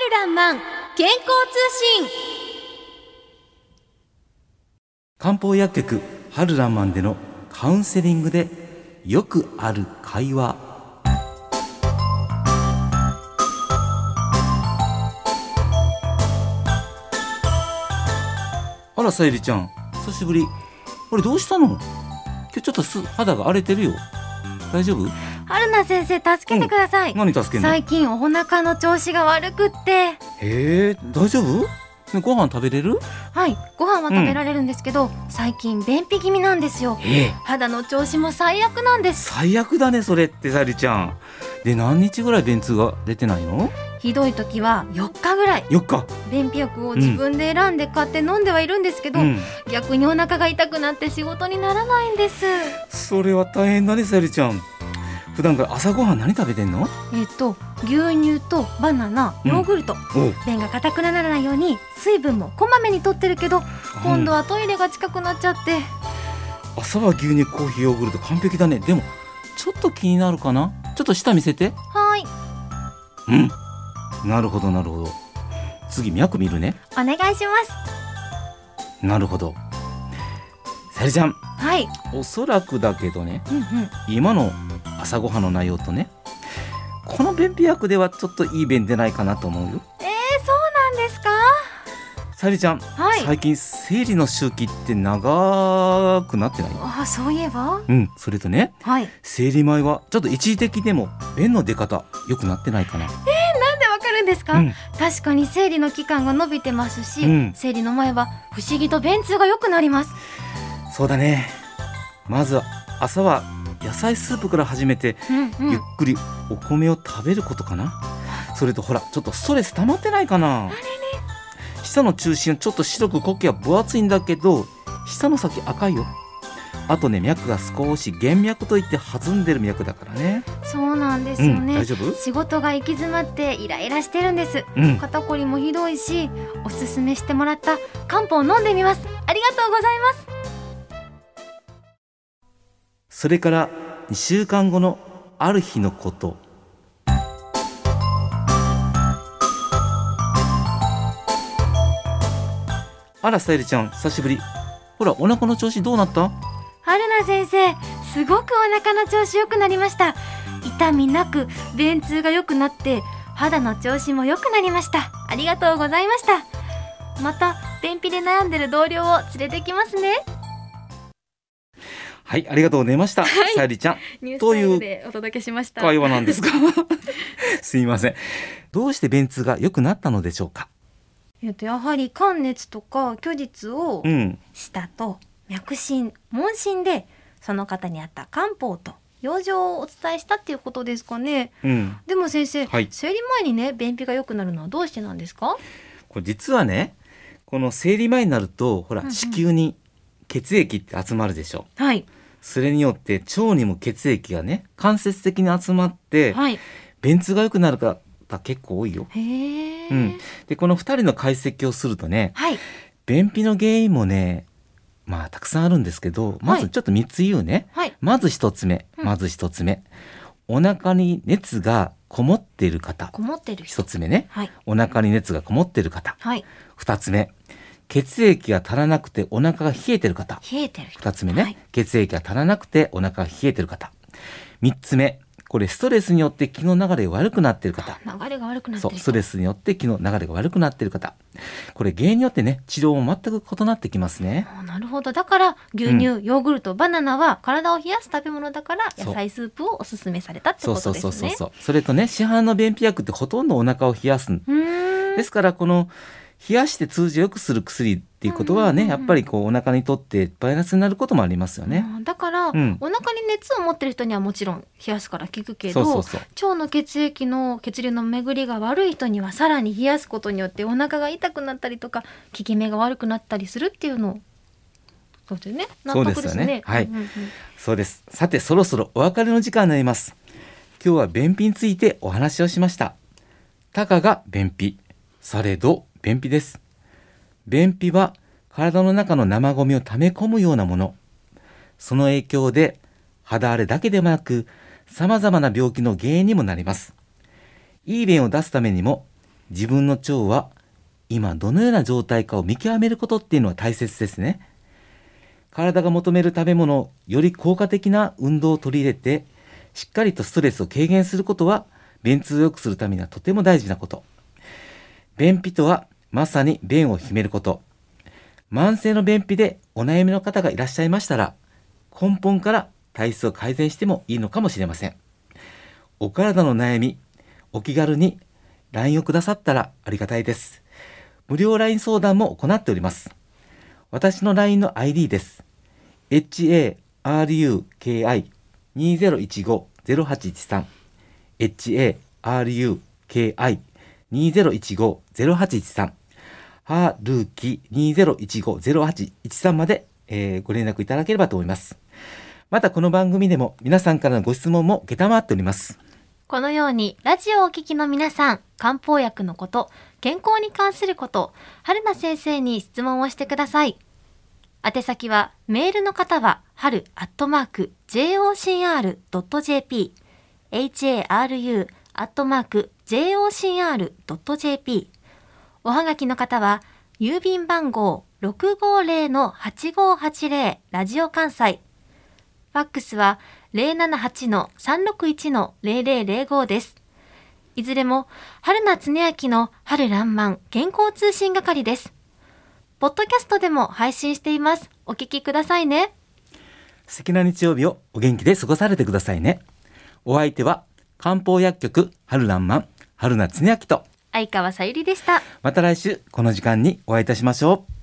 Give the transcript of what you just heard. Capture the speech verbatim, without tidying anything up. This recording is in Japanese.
るらんまん健康通信。 漢方薬局春らんまんでのカウンセリングでよくある会話。あらさゆりちゃん、久しぶり。これどうしたの？今日ちょっとす肌が荒れてるよ。大丈夫？ 春菜先生、助けてください。 うん、何助けんの？ 最近お腹の調子が悪くって。 へえ、大丈夫？ね、ご飯食べれる？ はい、ご飯は食べられるんですけど、うん、最近便秘気味なんですよ。 ええ、 肌の調子も最悪なんです。 最悪だねそれってさゆりちゃん。で、何日ぐらい便通が出てないの？ ひどい時はよっかぐらい。 よっか。 便秘薬を自分で選んで買って飲んではいるんですけど、うん、逆にお腹が痛くなって仕事にならないんです。 それは大変だねさゆりちゃん。普段から朝ごはん何食べてんの？ えっと牛乳とバナナ、ヨーグルト、うん、便が硬くならないように水分もこまめにとってるけど、今度はトイレが近くなっちゃって、 うん、朝は牛乳、コーヒー、ヨーグルト完璧だね。でもちょっと気になるかな。ちょっと舌見せて。 はい。 うん、なるほどなるほど。次脈見るね。 お願いします。 なるほど。さゆりちゃん、 はい、 おそらくだけどね、 うんうん、 今の朝ごはんの内容とね、この便秘薬ではちょっといい便出ないかなと思うよ。 えー、そうなんですか？ さゆりちゃん、はい、最近生理の周期って長くなってない？ あ、そういえば。 うん、それとね、 はい、 生理前はちょっと一時的でも便の出方良くなってないかな。 えー、なんでわかるんですか？うん、確かに生理の期間が伸びてますし、うん、生理の前は不思議と便通が良くなります。 そうだね。まずは朝は野菜スープから始めて、うんうん、ゆっくりお米を食べることかな。それとほら、ちょっとストレス溜まってないかな。舌の中心はちょっと白く苔は分厚いんだけど、舌の先赤いよ。あとね、脈が少し弦脈といって弾んでる脈だからね。 そうなんですよね、 うん、大丈夫？ 仕事が行き詰まってイライラしてるんです、うん、肩こりもひどいし、おすすめしてもらった漢方を飲んでみます。ありがとうございます。 それからにしゅうかんごのある日のこと。あらさゆりちゃん、久しぶり。ほら、お腹の調子どうなった？ 春菜先生、すごくお腹の調子良くなりました。痛みなく便通が良くなって、肌の調子も良くなりました。ありがとうございました。また便秘で悩んでる同僚を連れてきますね。 はい、ありがとうございました、はい、さゆりちゃん。 ニュースタイルでお届けしました。 会話なんですか？すいません。どうして便通が良くなったのでしょうか？ えっと、やはり寒熱とか虚実をしたと、うん、脈診、問診でその方に合った漢方と養生をお伝えしたっていうことですかね、うん、でも先生、はい、生理前にね、便秘が良くなるのはどうしてなんですか？ これ実はね、この生理前になるとほら、うんうん、子宮に血液って集まるでしょ。 はい。 それによって腸にも血液がね、間接的に集まって、はい、便通が良くなる方結構多いよ。 へー、 うん、でこのふたりの解析をするとね、 はい、 便秘の原因もね、まあたくさんあるんですけど、まずちょっとみっつ言うね、はい、まずひとつめ、まずひとつめ、うん、お腹に熱がこもっている方。 こもってる人。 ひとつめね、はい、お腹に熱がこもっている方、 はい、 ふたつめ、血液が足らなくてお腹が冷えてる方。 冷えてる人。 ふたつめね、はい、血液が足らなくてお腹が冷えてる方。みっつめ、これストレスによって気の流れが悪くなっている方。 流れが悪くなっている。 そう、ストレスによって気の流れが悪くなっている方。これ原因によってね、治療も全く異なってきますね。 なるほど。だから牛乳、うん、ヨーグルト、バナナは体を冷やす食べ物だから、野菜スープをおすすめされたってことですね。 そうそうそうそう。それとね、市販の便秘薬ってほとんどお腹を冷やす。うーん、ですからこの冷やして通じを良くする薬っていうことはね、うんうんうんうん、やっぱりこうお腹にとってマイナスになることもありますよね。 だから、うん、お腹に熱を持ってる人にはもちろん冷やすから効くけど、そうそうそう、腸の血液の血流の巡りが悪い人にはさらに冷やすことによってお腹が痛くなったりとか効き目が悪くなったりするっていうのを、そうですね、納得ですね。 そうですよね、はい、うんうんうん、そうです。さて、そろそろお別れの時間になります。今日は便秘についてお話をしました。たかが便秘、されど便秘です。便秘は体の中の生ゴミを溜め込むようなもの。その影響で肌荒れだけでもなく、様々な病気の原因にもなります。いい便を出すためにも自分の腸は今どのような状態かを見極めることっていうのは大切ですね。体が求める食べ物をより効果的な運動を取り入れて、しっかりとストレスを軽減することは便通を良くするためにはとても大事なこと。便秘とはまさに便を秘めること。慢性の便秘でお悩みの方がいらっしゃいましたら、根本から体質を改善してもいいのかもしれません。お体の悩み、お気軽に ライン をくださったらありがたいです。無料 ライン 相談も行っております。私の ライン の アイディー です。エイチエーアールユーケーアイにゼロいちごゼロはちいちさん エイチエーアールユーケーアイにゼロいちごゼロはちいちさん はるきにゼロいちごゼロはちいちさんまで、えー、ご連絡いただければと思います。またこの番組でも皆さんからのご質問も承っております。 このようにラジオをお聞きの皆さん、漢方薬のこと、健康に関すること、春名先生に質問をしてください。宛先はメールの方は春アットマーク ジェイオーシーアールドットジェーピー、エイチエーアールユーアットマーク ジェイオーシーアールドットジェーピー、おはがきの方は郵便番号 ろくごゼロ はちごはちゼロ ラジオ関西、ファックスは ゼロななはち さんろくいち ゼロゼロゼロご です。いずれも春名恒明の春らんまん健康通信係です。ポッドキャストでも配信しています。お聞きくださいね。 素敵な日曜日をお元気で過ごされてくださいね。お相手は漢方薬局春らんまん春名恒明と相川さゆりでした。 また来週この時間にお会いいたしましょう。